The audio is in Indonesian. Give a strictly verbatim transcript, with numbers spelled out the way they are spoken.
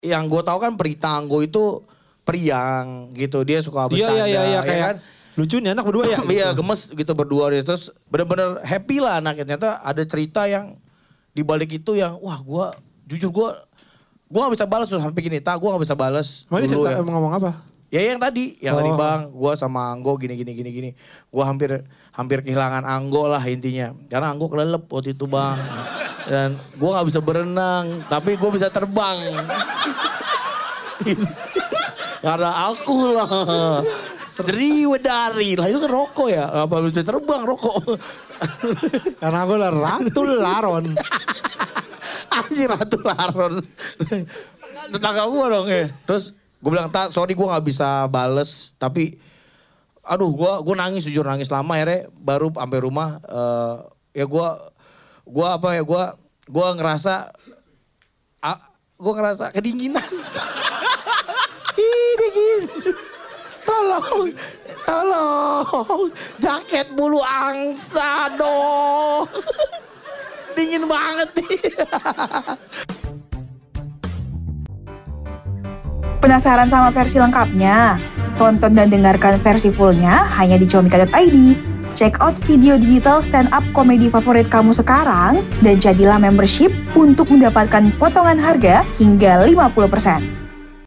yang gue tahu kan Prita Anggo itu periang gitu. Dia suka bercanda. Iya, iya, iya. Ya Kayak kan? lucu nih anak berdua ya. Iya gitu. Gemes gitu berdua. Terus bener-bener happy lah anaknya. Ternyata ada cerita yang di balik itu yang wah gue jujur gue gue gak bisa balas tuh sampai gini. Tak gue gak bisa balas. Mana cerita ya. Ngomong apa? Ya yang tadi, yang oh. tadi bang, gue sama Anggo gini gini gini gini, gue hampir hampir kehilangan Anggo lah intinya, karena Anggo kelelep waktu itu bang, dan gue nggak bisa berenang, tapi gue bisa terbang, karena aku lah, Sriwedari lah itu kan rokok ya, apa bisa terbang rokok, karena aku lah Ratu Laron, anjir Ratu Laron, tetangga gue dong ya, terus gue bilang, tak sorry gue gak bisa bales. Tapi aduh gue gue nangis jujur nangis lama ya. Baru sampai rumah uh, ya gue gue apa ya gue gue ngerasa uh, gue ngerasa kedinginan. Ih dingin. Tolong, tolong. Jaket bulu angsa dong. Dingin banget nih. Penasaran sama versi lengkapnya? Tonton dan dengarkan versi fullnya hanya di comika dot i d. Check out video digital stand up komedi favorit kamu sekarang dan jadilah membership untuk mendapatkan potongan harga hingga lima puluh persen.